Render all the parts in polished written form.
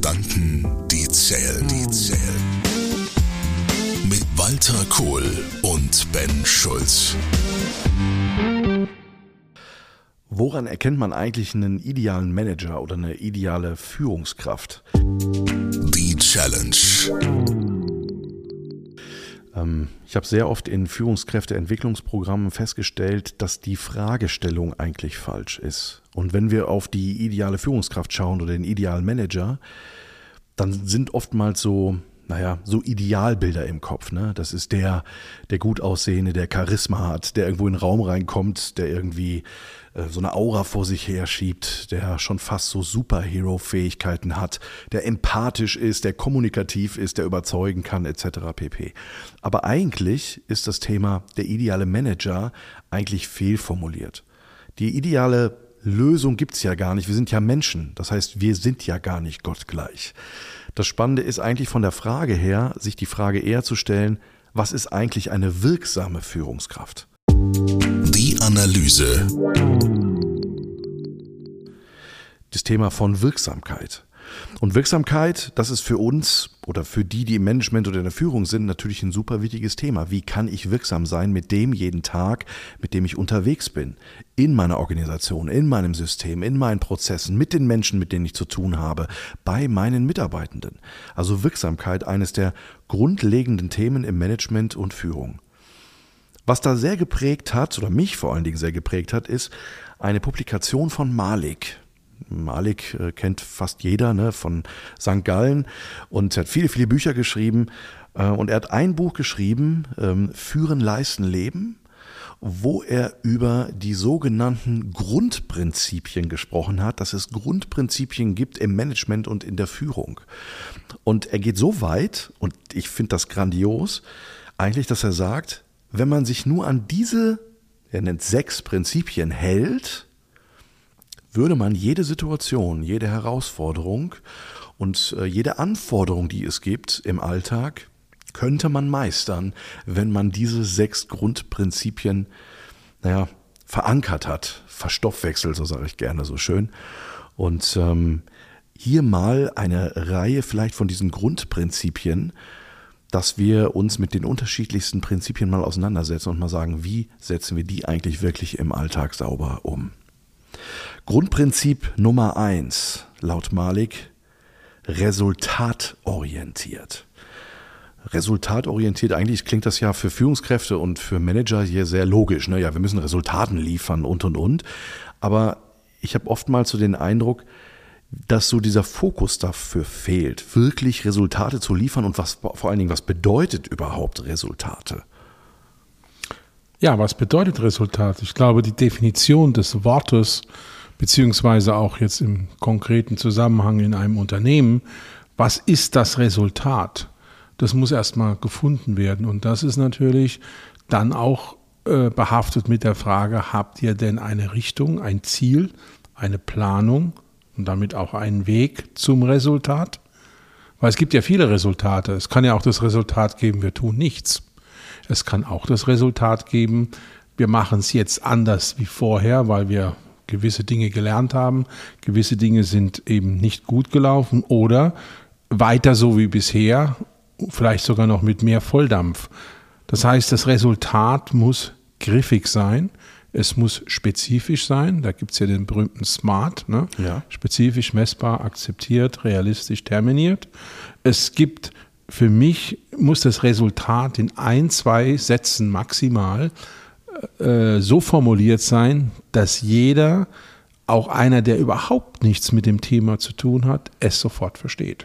Gedanken, die zählen. Mit Walter Kohl und Ben Schulz. Woran erkennt man eigentlich einen idealen Manager oder eine ideale Führungskraft? Die Challenge. Ich habe sehr oft in Führungskräfteentwicklungsprogrammen festgestellt, dass die Fragestellung eigentlich falsch ist. Und wenn wir auf die ideale Führungskraft schauen oder den idealen Manager, dann sind oftmals so Idealbilder im Kopf. Ne? Das ist der gut aussehende, der Charisma hat, der irgendwo in den Raum reinkommt, der irgendwie so eine Aura vor sich her schiebt, der schon fast so Superhero-Fähigkeiten hat, der empathisch ist, der kommunikativ ist, der überzeugen kann, etc. pp. Aber eigentlich ist das Thema der ideale Manager eigentlich fehlformuliert. Die ideale Lösung gibt's ja gar nicht. Wir sind ja Menschen. Das heißt, wir sind ja gar nicht gottgleich. Das Spannende ist eigentlich von der Frage her, sich die Frage eher zu stellen, was ist eigentlich eine wirksame Führungskraft? Die Analyse. Das Thema von Wirksamkeit. Und Wirksamkeit, das ist für uns oder für die im Management oder in der Führung sind, natürlich ein super wichtiges Thema. Wie kann ich wirksam sein mit dem jeden Tag, mit dem ich unterwegs bin? In meiner Organisation, in meinem System, in meinen Prozessen, mit den Menschen, mit denen ich zu tun habe, bei meinen Mitarbeitenden. Also Wirksamkeit, eines der grundlegenden Themen im Management und Führung. Was da sehr geprägt hat, oder mich vor allen Dingen sehr geprägt hat, ist eine Publikation von Malik. Malik kennt fast jeder, ne, von St. Gallen, und er hat viele, viele Bücher geschrieben, und er hat ein Buch geschrieben, Führen, Leisten, Leben, wo er über die sogenannten Grundprinzipien gesprochen hat, dass es Grundprinzipien gibt im Management und in der Führung. Und er geht so weit, und ich finde das grandios, eigentlich, dass er sagt, wenn man sich nur an diese, er nennt 6 Prinzipien hält, würde man jede Situation, jede Herausforderung und jede Anforderung, die es gibt im Alltag, könnte man meistern, wenn man diese 6 Grundprinzipien verankert hat. Verstoffwechselt, so sage ich gerne so schön. Und hier mal eine Reihe vielleicht von diesen Grundprinzipien, dass wir uns mit den unterschiedlichsten Prinzipien mal auseinandersetzen und mal sagen, wie setzen wir die eigentlich wirklich im Alltag sauber um. Grundprinzip Nummer 1, laut Malik, resultatorientiert. Resultatorientiert, eigentlich klingt das ja für Führungskräfte und für Manager hier sehr logisch. Ne? Ja, wir müssen Resultaten liefern und. Aber ich habe oftmals so den Eindruck, dass so dieser Fokus dafür fehlt, wirklich Resultate zu liefern und vor allen Dingen, was bedeutet überhaupt Resultate? Ja, was bedeutet Resultat? Ich glaube, die Definition des Wortes, beziehungsweise auch jetzt im konkreten Zusammenhang in einem Unternehmen, was ist das Resultat? Das muss erstmal gefunden werden. Und das ist natürlich dann auch behaftet mit der Frage, habt ihr denn eine Richtung, ein Ziel, eine Planung und damit auch einen Weg zum Resultat? Weil es gibt ja viele Resultate. Es kann ja auch das Resultat geben, wir tun nichts. Es kann auch das Resultat geben, wir machen es jetzt anders wie vorher, weil wir gewisse Dinge gelernt haben, gewisse Dinge sind eben nicht gut gelaufen oder weiter so wie bisher, vielleicht sogar noch mit mehr Volldampf. Das heißt, das Resultat muss griffig sein, es muss spezifisch sein, da gibt es ja den berühmten SMART, ne? Ja. Spezifisch, messbar, akzeptiert, realistisch, terminiert. Es gibt Für mich muss das Resultat in 1, 2 Sätzen maximal so formuliert sein, dass jeder, auch einer, der überhaupt nichts mit dem Thema zu tun hat, es sofort versteht.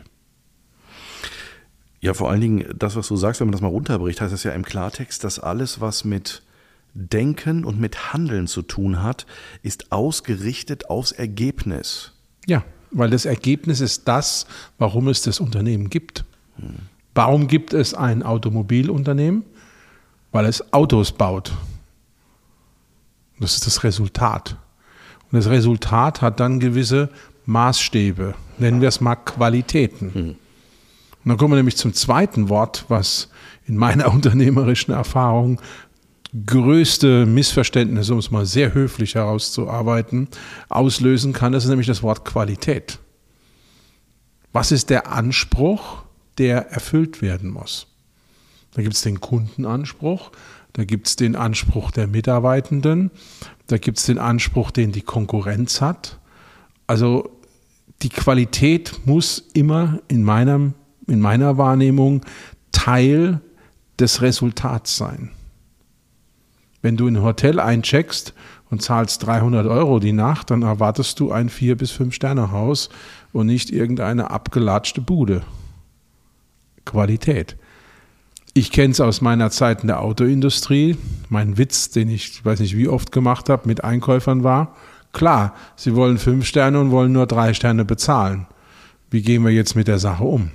Ja, vor allen Dingen das, was du sagst, wenn man das mal runterbricht, heißt das ja im Klartext, dass alles, was mit Denken und mit Handeln zu tun hat, ist ausgerichtet aufs Ergebnis. Ja, weil das Ergebnis ist das, warum es das Unternehmen gibt. Warum gibt es ein Automobilunternehmen? Weil es Autos baut. Das ist das Resultat. Und das Resultat hat dann gewisse Maßstäbe, nennen wir es mal Qualitäten. Und dann kommen wir nämlich zum zweiten Wort, was in meiner unternehmerischen Erfahrung größte Missverständnisse, um es mal sehr höflich herauszuarbeiten, auslösen kann. Das ist nämlich das Wort Qualität. Was ist der Anspruch, der erfüllt werden muss? Da gibt es den Kundenanspruch, da gibt es den Anspruch der Mitarbeitenden, da gibt es den Anspruch, den die Konkurrenz hat. Also die Qualität muss immer in meiner Wahrnehmung Teil des Resultats sein. Wenn du in ein Hotel eincheckst und zahlst 300 € die Nacht, dann erwartest du ein 4- bis 5-Sterne-Haus und nicht irgendeine abgelatschte Bude. Qualität. Ich kenne es aus meiner Zeit in der Autoindustrie. Mein Witz, den ich weiß nicht wie oft gemacht habe, mit Einkäufern war, klar, sie wollen 5 Sterne und wollen nur 3 Sterne bezahlen. Wie gehen wir jetzt mit der Sache um?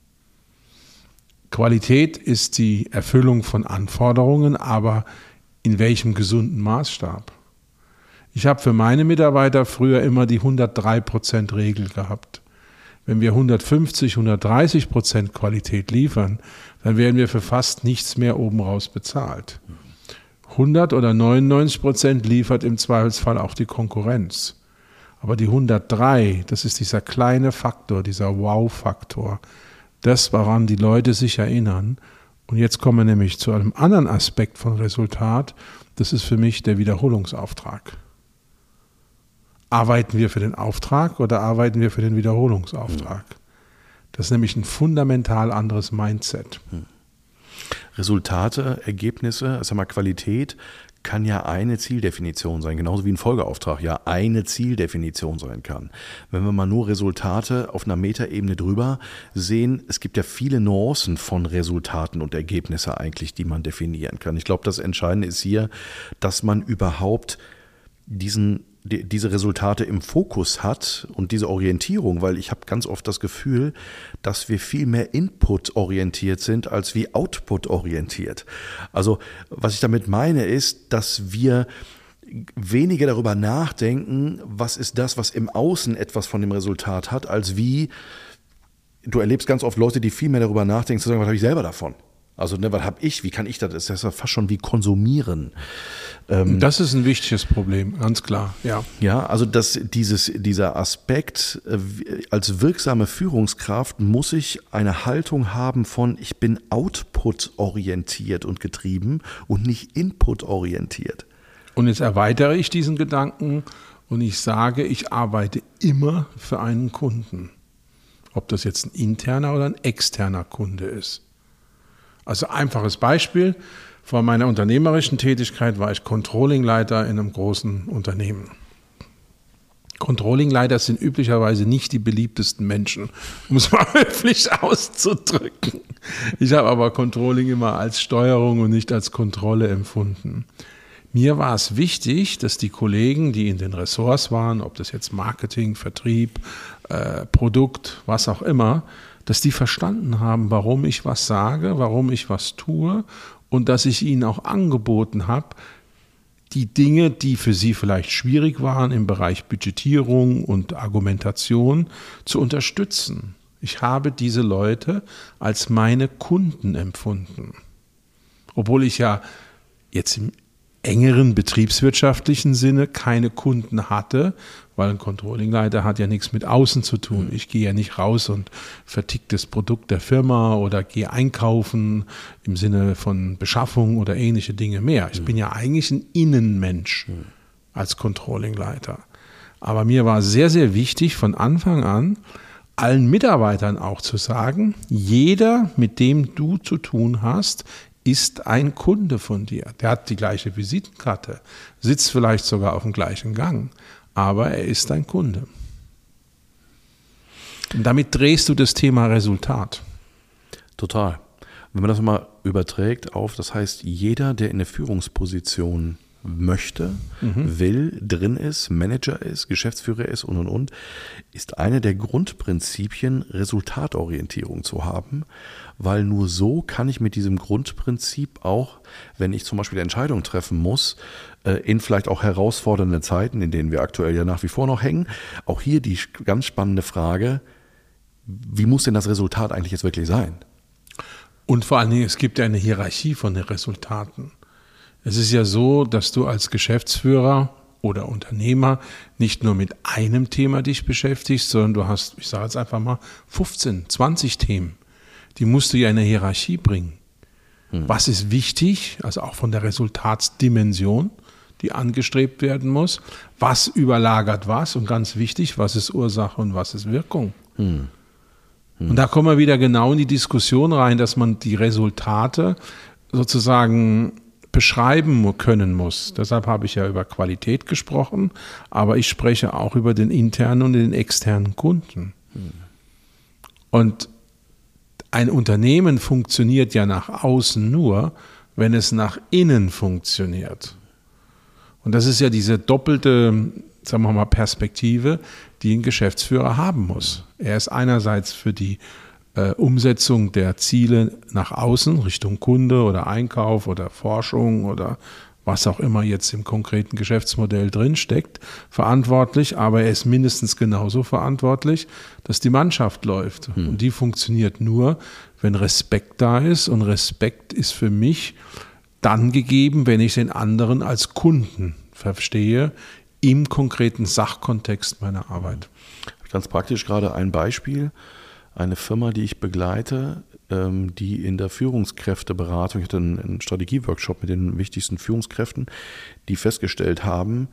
Qualität ist die Erfüllung von Anforderungen, aber in welchem gesunden Maßstab? Ich habe für meine Mitarbeiter früher immer die 103%-Regel gehabt. Wenn wir 150, 130% Qualität liefern, dann werden wir für fast nichts mehr oben raus bezahlt. 100 oder 99% liefert im Zweifelsfall auch die Konkurrenz. Aber die 103, das ist dieser kleine Faktor, dieser Wow-Faktor, das, woran die Leute sich erinnern. Und jetzt kommen wir nämlich zu einem anderen Aspekt von Resultat. Das ist für mich der Wiederholungsauftrag. Arbeiten wir für den Auftrag oder arbeiten wir für den Wiederholungsauftrag? Das ist nämlich ein fundamental anderes Mindset. Resultate, Ergebnisse, Qualität kann ja eine Zieldefinition sein, genauso wie ein Folgeauftrag ja eine Zieldefinition sein kann. Wenn wir mal nur Resultate auf einer Metaebene drüber sehen, es gibt ja viele Nuancen von Resultaten und Ergebnisse eigentlich, die man definieren kann. Ich glaube, das Entscheidende ist hier, dass man überhaupt diese Resultate im Fokus hat und diese Orientierung, weil ich habe ganz oft das Gefühl, dass wir viel mehr Input-orientiert sind als wie Output-orientiert. Also was ich damit meine ist, dass wir weniger darüber nachdenken, was ist das, was im Außen etwas von dem Resultat hat, als wie du erlebst ganz oft Leute, die viel mehr darüber nachdenken, zu sagen, was habe ich selber davon? Also, was habe ich, wie kann ich das? Das ist ja fast schon wie konsumieren. Das ist ein wichtiges Problem, ganz klar, ja. Ja, also dieser Aspekt, als wirksame Führungskraft muss ich eine Haltung haben von, ich bin output-orientiert und getrieben und nicht input-orientiert. Und jetzt erweitere ich diesen Gedanken und ich sage, ich arbeite immer für einen Kunden. Ob das jetzt ein interner oder ein externer Kunde ist. Also einfaches Beispiel, vor meiner unternehmerischen Tätigkeit war ich Controllingleiter in einem großen Unternehmen. Controllingleiter sind üblicherweise nicht die beliebtesten Menschen, um es mal höflich auszudrücken. Ich habe aber Controlling immer als Steuerung und nicht als Kontrolle empfunden. Mir war es wichtig, dass die Kollegen, die in den Ressorts waren, ob das jetzt Marketing, Vertrieb, Produkt, was auch immer, dass die verstanden haben, warum ich was sage, warum ich was tue und dass ich ihnen auch angeboten habe, die Dinge, die für sie vielleicht schwierig waren im Bereich Budgetierung und Argumentation, zu unterstützen. Ich habe diese Leute als meine Kunden empfunden. Obwohl ich ja jetzt im engeren betriebswirtschaftlichen Sinne keine Kunden hatte, weil ein Controllingleiter hat ja nichts mit außen zu tun. Ich gehe ja nicht raus und verticke das Produkt der Firma oder gehe einkaufen im Sinne von Beschaffung oder ähnliche Dinge mehr. Ich bin ja eigentlich ein Innenmensch als Controllingleiter. Aber mir war sehr, sehr wichtig von Anfang an, allen Mitarbeitern auch zu sagen, jeder, mit dem du zu tun hast, ist ein Kunde von dir. Der hat die gleiche Visitenkarte, sitzt vielleicht sogar auf dem gleichen Gang, aber er ist ein Kunde. Und damit drehst du das Thema Resultat. Total. Wenn man das mal überträgt auf, das heißt, jeder, der in eine Führungsposition möchte, will, drin ist, Manager ist, Geschäftsführer ist und, ist eine der Grundprinzipien, Resultatorientierung zu haben, weil nur so kann ich mit diesem Grundprinzip auch, wenn ich zum Beispiel Entscheidungen treffen muss, in vielleicht auch herausfordernden Zeiten, in denen wir aktuell ja nach wie vor noch hängen, auch hier die ganz spannende Frage, wie muss denn das Resultat eigentlich jetzt wirklich sein? Und vor allen Dingen, es gibt ja eine Hierarchie von den Resultaten. Es ist ja so, dass du als Geschäftsführer oder Unternehmer nicht nur mit einem Thema dich beschäftigst, sondern du hast, ich sage jetzt einfach mal, 15, 20 Themen. Die musst du ja in eine Hierarchie bringen. Was ist wichtig, also auch von der Resultatsdimension, die angestrebt werden muss? Was überlagert was? Und ganz wichtig, was ist Ursache und was ist Wirkung? Und da kommen wir wieder genau in die Diskussion rein, dass man die Resultate sozusagen beschreiben können muss. Deshalb habe ich ja über Qualität gesprochen, aber ich spreche auch über den internen und den externen Kunden. Und ein Unternehmen funktioniert ja nach außen nur, wenn es nach innen funktioniert. Und das ist ja diese doppelte, sagen wir mal, Perspektive, die ein Geschäftsführer haben muss. Er ist einerseits für die Umsetzung der Ziele nach außen, Richtung Kunde oder Einkauf oder Forschung oder was auch immer jetzt im konkreten Geschäftsmodell drinsteckt, verantwortlich, aber er ist mindestens genauso verantwortlich, dass die Mannschaft läuft. Und die funktioniert nur, wenn Respekt da ist. Und Respekt ist für mich dann gegeben, wenn ich den anderen als Kunden verstehe, im konkreten Sachkontext meiner Arbeit. Ganz praktisch gerade ein Beispiel. Eine Firma, die ich begleite, die in der Führungskräfteberatung, ich hatte einen Strategieworkshop mit den wichtigsten Führungskräften, die festgestellt haben,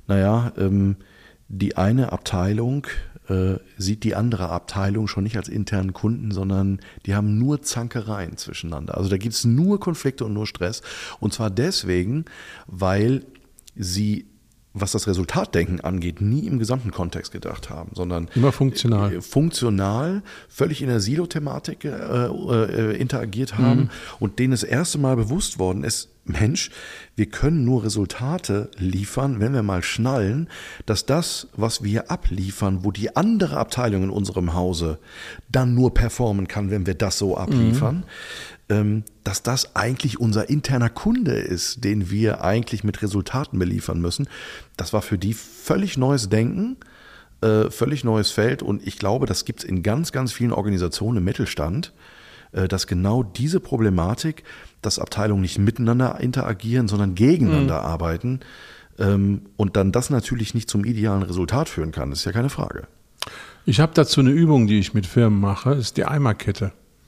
die eine Abteilung sieht die andere Abteilung schon nicht als internen Kunden, sondern die haben nur Zankereien zwischeneinander. Also da gibt es nur Konflikte und nur Stress. Und zwar deswegen, weil sie, was das Resultatdenken angeht, nie im gesamten Kontext gedacht haben, sondern immer funktional. Funktional, völlig in der Silo-Thematik interagiert haben und denen das erste Mal bewusst worden ist, Mensch, wir können nur Resultate liefern, wenn wir mal schnallen, dass das, was wir abliefern, wo die andere Abteilung in unserem Hause dann nur performen kann, wenn wir das so abliefern, dass das eigentlich unser interner Kunde ist, den wir eigentlich mit Resultaten beliefern müssen. Das war für die völlig neues Denken, völlig neues Feld und ich glaube, das gibt es in ganz, ganz vielen Organisationen im Mittelstand, dass genau diese Problematik, dass Abteilungen nicht miteinander interagieren, sondern gegeneinander arbeiten und dann das natürlich nicht zum idealen Resultat führen kann, ist ja keine Frage. Ich habe dazu eine Übung, die ich mit Firmen mache, ist die Eimerkette.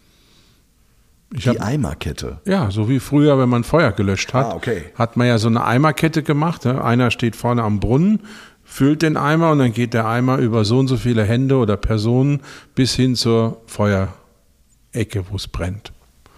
Eimerkette? Ja, so wie früher, wenn man Feuer gelöscht hat, hat man ja so eine Eimerkette gemacht. Ne? Einer steht vorne am Brunnen, füllt den Eimer und dann geht der Eimer über so und so viele Hände oder Personen bis hin zur Feuerecke, wo es brennt.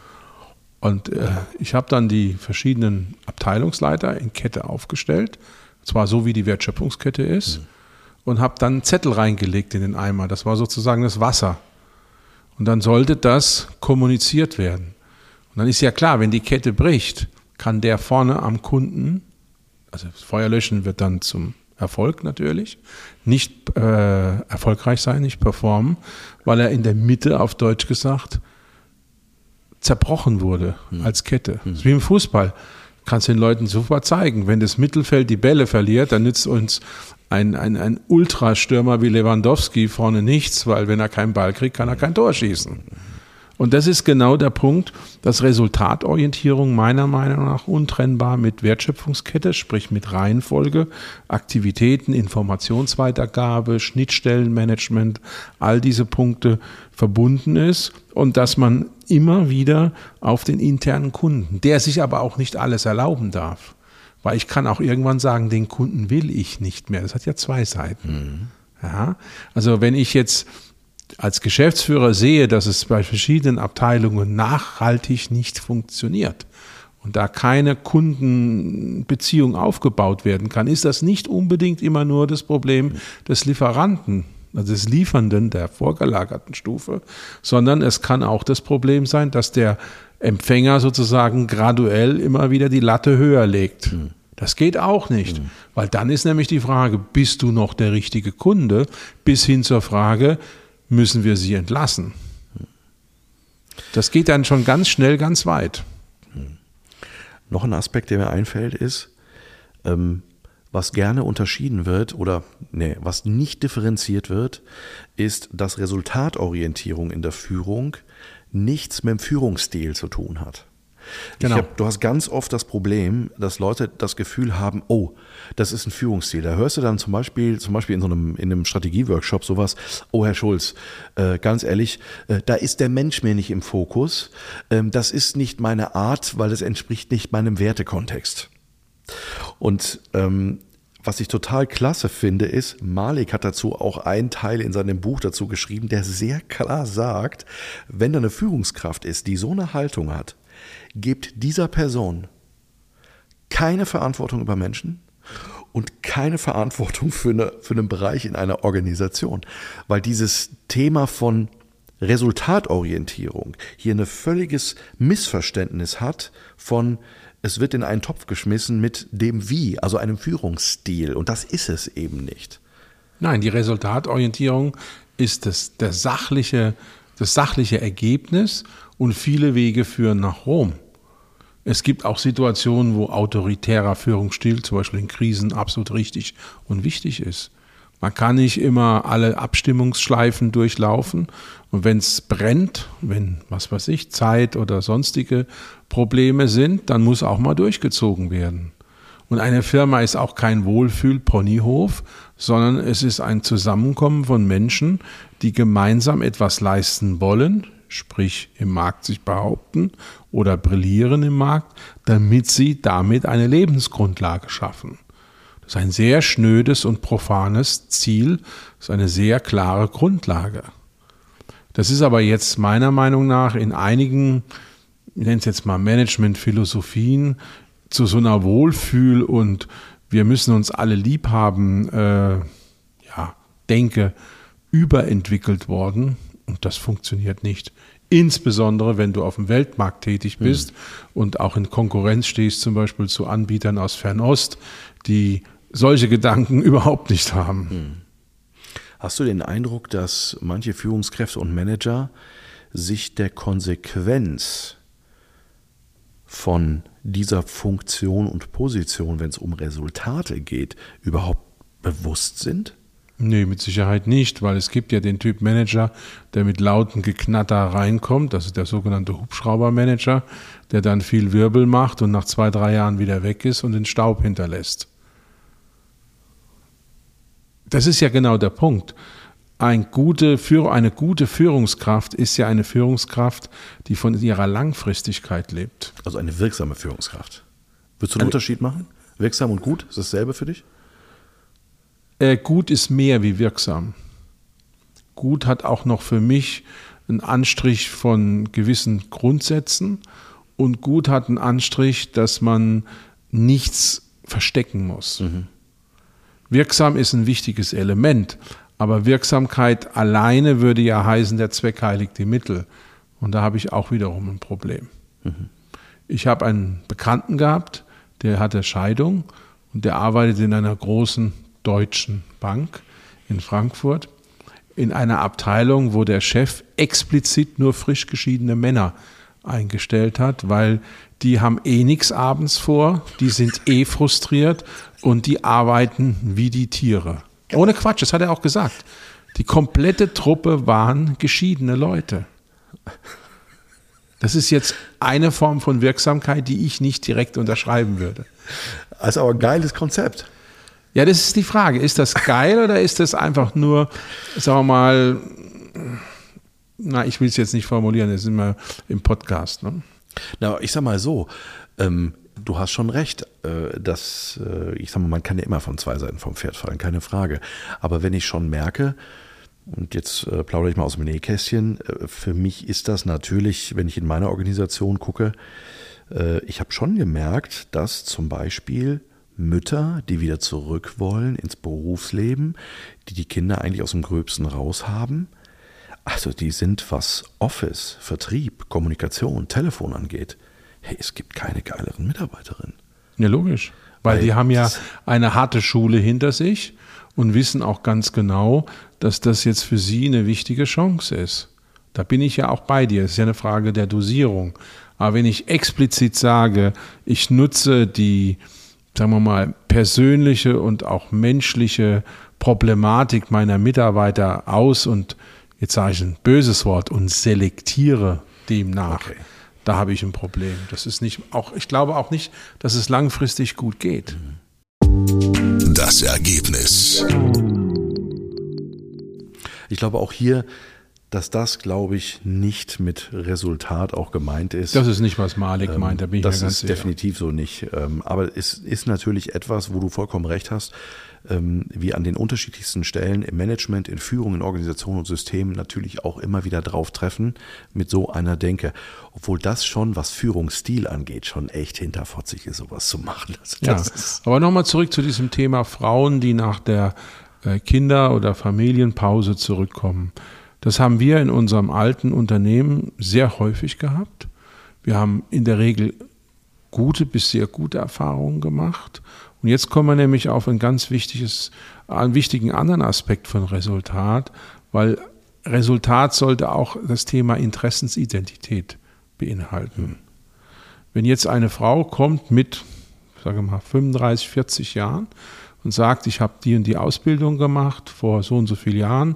Und ich habe dann die verschiedenen Abteilungsleiter in Kette aufgestellt, zwar so wie die Wertschöpfungskette ist, und habe dann einen Zettel reingelegt in den Eimer. Das war sozusagen das Wasser. Und dann sollte das kommuniziert werden. Und dann ist ja klar, wenn die Kette bricht, kann der vorne am Kunden, also das Feuerlöschen wird dann zum Erfolg natürlich, nicht erfolgreich sein, nicht performen, weil er in der Mitte, auf Deutsch gesagt, zerbrochen wurde als Kette. Das ist wie im Fußball. Kannst den Leuten super zeigen. Wenn das Mittelfeld die Bälle verliert, dann nützt uns ein Ultrastürmer wie Lewandowski vorne nichts, weil wenn er keinen Ball kriegt, kann er kein Tor schießen. Und das ist genau der Punkt, dass Resultatorientierung meiner Meinung nach untrennbar mit Wertschöpfungskette, sprich mit Reihenfolge, Aktivitäten, Informationsweitergabe, Schnittstellenmanagement, all diese Punkte verbunden ist und dass man immer wieder auf den internen Kunden, der sich aber auch nicht alles erlauben darf, weil ich kann auch irgendwann sagen, den Kunden will ich nicht mehr. Das hat ja zwei Seiten. Ja, also wenn ich jetzt als Geschäftsführer sehe, dass es bei verschiedenen Abteilungen nachhaltig nicht funktioniert und da keine Kundenbeziehung aufgebaut werden kann, ist das nicht unbedingt immer nur das Problem des Lieferanten, also des Liefernden der vorgelagerten Stufe, sondern es kann auch das Problem sein, dass der Empfänger sozusagen graduell immer wieder die Latte höher legt. Das geht auch nicht, weil dann ist nämlich die Frage, bist du noch der richtige Kunde, bis hin zur Frage, müssen wir sie entlassen? Das geht dann schon ganz schnell, ganz weit. Noch ein Aspekt, der mir einfällt, ist, was gerne unterschieden wird was nicht differenziert wird, ist, dass Resultatorientierung in der Führung nichts mit dem Führungsstil zu tun hat. Genau. Du hast ganz oft das Problem, dass Leute das Gefühl haben, oh, das ist ein Führungsstil. Da hörst du dann zum Beispiel in einem Strategieworkshop sowas, oh Herr Schulz, ganz ehrlich, da ist der Mensch mir nicht im Fokus. Das ist nicht meine Art, weil es entspricht nicht meinem Wertekontext. Und was ich total klasse finde, ist, Malik hat dazu auch einen Teil in seinem Buch dazu geschrieben, der sehr klar sagt, wenn da eine Führungskraft ist, die so eine Haltung hat, gebt dieser Person keine Verantwortung über Menschen und keine Verantwortung für einen Bereich in einer Organisation. Weil dieses Thema von Resultatorientierung hier ein völliges Missverständnis hat von es wird in einen Topf geschmissen mit dem Wie, also einem Führungsstil. Und das ist es eben nicht. Nein, die Resultatorientierung ist das sachliche Ergebnis und viele Wege führen nach Rom. Es gibt auch Situationen, wo autoritärer Führungsstil, zum Beispiel in Krisen, absolut richtig und wichtig ist. Man kann nicht immer alle Abstimmungsschleifen durchlaufen und wenn es brennt, wenn, was weiß ich, Zeit oder sonstige Probleme sind, dann muss auch mal durchgezogen werden. Und eine Firma ist auch kein Wohlfühl-Ponyhof, sondern es ist ein Zusammenkommen von Menschen, die gemeinsam etwas leisten wollen, sprich im Markt sich behaupten oder brillieren im Markt, damit sie damit eine Lebensgrundlage schaffen. Das ist ein sehr schnödes und profanes Ziel, das ist eine sehr klare Grundlage. Das ist aber jetzt meiner Meinung nach in einigen, ich nenne es jetzt mal Management-Philosophien, zu so einer Wohlfühl- und wir müssen uns alle lieb haben, Denke überentwickelt worden und das funktioniert nicht. Insbesondere, wenn du auf dem Weltmarkt tätig bist und auch in Konkurrenz stehst, zum Beispiel zu Anbietern aus Fernost, die solche Gedanken überhaupt nicht haben. Hast du den Eindruck, dass manche Führungskräfte und Manager sich der Konsequenz von dieser Funktion und Position, wenn es um Resultate geht, überhaupt bewusst sind? Nee, mit Sicherheit nicht, weil es gibt ja den Typ Manager, der mit lauten Geknatter reinkommt, das ist der sogenannte Hubschraubermanager, der dann viel Wirbel macht und nach 2-3 Jahren wieder weg ist und den Staub hinterlässt. Das ist ja genau der Punkt. Eine gute Führungskraft ist ja eine Führungskraft, die von ihrer Langfristigkeit lebt. Also eine wirksame Führungskraft. Würdest du einen Unterschied machen? Wirksam und gut, ist dasselbe für dich? Gut ist mehr wie wirksam. Gut hat auch noch für mich einen Anstrich von gewissen Grundsätzen und gut hat einen Anstrich, dass man nichts verstecken muss. Wirksam ist ein wichtiges Element, aber Wirksamkeit alleine würde ja heißen, der Zweck heiligt die Mittel. Und da habe ich auch wiederum ein Problem. Ich habe einen Bekannten gehabt, der hatte Scheidung und der arbeitet in einer großen deutschen Bank in Frankfurt in einer Abteilung, wo der Chef explizit nur frisch geschiedene Männer eingestellt hat, weil die haben nichts abends vor, die sind frustriert und die arbeiten wie die Tiere. Ohne Quatsch, das hat er auch gesagt. Die komplette Truppe waren geschiedene Leute. Das ist jetzt eine Form von Wirksamkeit, die ich nicht direkt unterschreiben würde. Das ist aber ein geiles Konzept. Ja, das ist die Frage. Ist das geil oder ist das einfach nur, sagen wir mal, ich will es jetzt nicht formulieren, das ist immer im Podcast. Ne? Na, ich sag mal so, du hast schon recht, dass, ich sag mal, man kann ja immer von 2 Seiten vom Pferd fallen, keine Frage. Aber wenn ich schon merke, und jetzt plaudere ich mal aus dem Nähkästchen, für mich ist das natürlich, wenn ich in meine Organisation gucke, ich habe schon gemerkt, dass zum Beispiel Mütter, die wieder zurück wollen ins Berufsleben, die Kinder eigentlich aus dem Gröbsten raus haben, also die sind, was Office, Vertrieb, Kommunikation, Telefon angeht, hey, es gibt keine geileren Mitarbeiterinnen. Ja, logisch. Weil die haben ja eine harte Schule hinter sich und wissen auch ganz genau, dass das jetzt für sie eine wichtige Chance ist. Da bin ich ja auch bei dir. Es ist ja eine Frage der Dosierung. Aber wenn ich explizit sage, ich nutze die, sagen wir mal, persönliche und auch menschliche Problematik meiner Mitarbeiter aus und jetzt sage ich ein böses Wort und selektiere demnach, da habe ich ein Problem. Das ist nicht, auch, ich glaube auch nicht, dass es langfristig gut geht. Das Ergebnis. Ich glaube auch hier, dass das, glaube ich, nicht mit Resultat auch gemeint ist. Das ist nicht, was Malik meint, da bin ich mir ganz sicher. Das ist definitiv so nicht. Aber es ist natürlich etwas, wo du vollkommen recht hast, wie an den unterschiedlichsten Stellen im Management, in Führung, in Organisation und Systemen natürlich auch immer wieder drauf treffen mit so einer Denke. Obwohl das schon, was Führungsstil angeht, schon echt hinterfotzig ist, sowas zu machen. Aber nochmal zurück zu diesem Thema Frauen, die nach der Kinder- oder Familienpause zurückkommen. Das haben wir in unserem alten Unternehmen sehr häufig gehabt. Wir haben in der Regel gute bis sehr gute Erfahrungen gemacht. Und jetzt kommen wir nämlich auf einen ganz wichtigen anderen Aspekt von Resultat, weil Resultat sollte auch das Thema Interessensidentität beinhalten. Wenn jetzt eine Frau kommt mit, sagen wir mal, 35, 40 Jahren und sagt, ich habe die und die Ausbildung gemacht vor so und so vielen Jahren,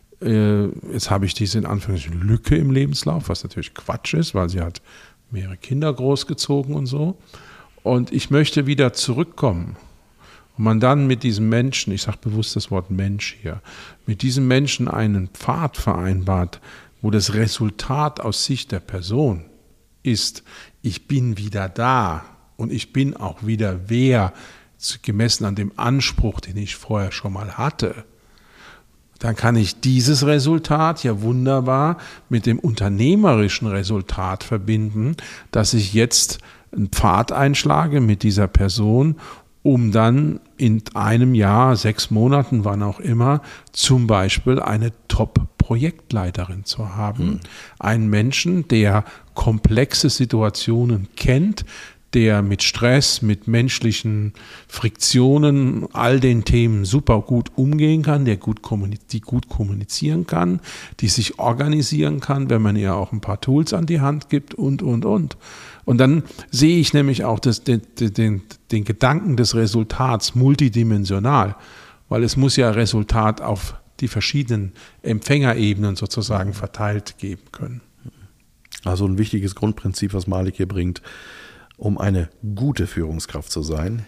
jetzt habe ich diese in Anführungszeichen Lücke im Lebenslauf, was natürlich Quatsch ist, weil sie hat mehrere Kinder großgezogen und so. Und ich möchte wieder zurückkommen. Und man dann mit diesem Menschen, ich sage bewusst das Wort Mensch hier, mit diesem Menschen einen Pfad vereinbart, wo das Resultat aus Sicht der Person ist, ich bin wieder da und ich bin auch wieder wer, gemessen an dem Anspruch, den ich vorher schon mal hatte. Dann kann ich dieses Resultat ja wunderbar mit dem unternehmerischen Resultat verbinden, dass ich jetzt einen Pfad einschlage mit dieser Person, um dann in einem Jahr, 6 Monaten, wann auch immer, zum Beispiel eine Top-Projektleiterin zu haben. Einen Menschen, der komplexe Situationen kennt, der mit Stress, mit menschlichen Friktionen, all den Themen super gut umgehen kann, die gut kommunizieren kann, die sich organisieren kann, wenn man ihr auch ein paar Tools an die Hand gibt und. Und dann sehe ich nämlich auch den Gedanken des Resultats multidimensional, weil es muss ja Resultat auf die verschiedenen Empfängerebenen sozusagen verteilt geben können. Also ein wichtiges Grundprinzip, was Malik hier bringt. Um eine gute Führungskraft zu sein,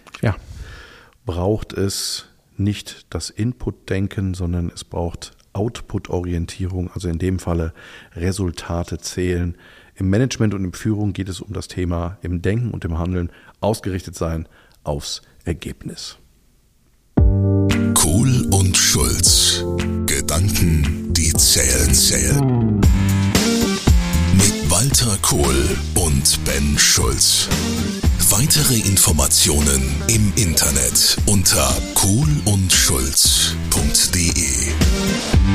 braucht es nicht das Input-Denken, sondern es braucht Output-Orientierung, also in dem Falle Resultate zählen. Im Management und in Führung geht es um das Thema im Denken und im Handeln ausgerichtet sein aufs Ergebnis. Kohl und Schulz. Gedanken, die zählen. Mit Walter Kohl und Ben Schulz. Weitere Informationen im Internet unter kohlundschulz.de.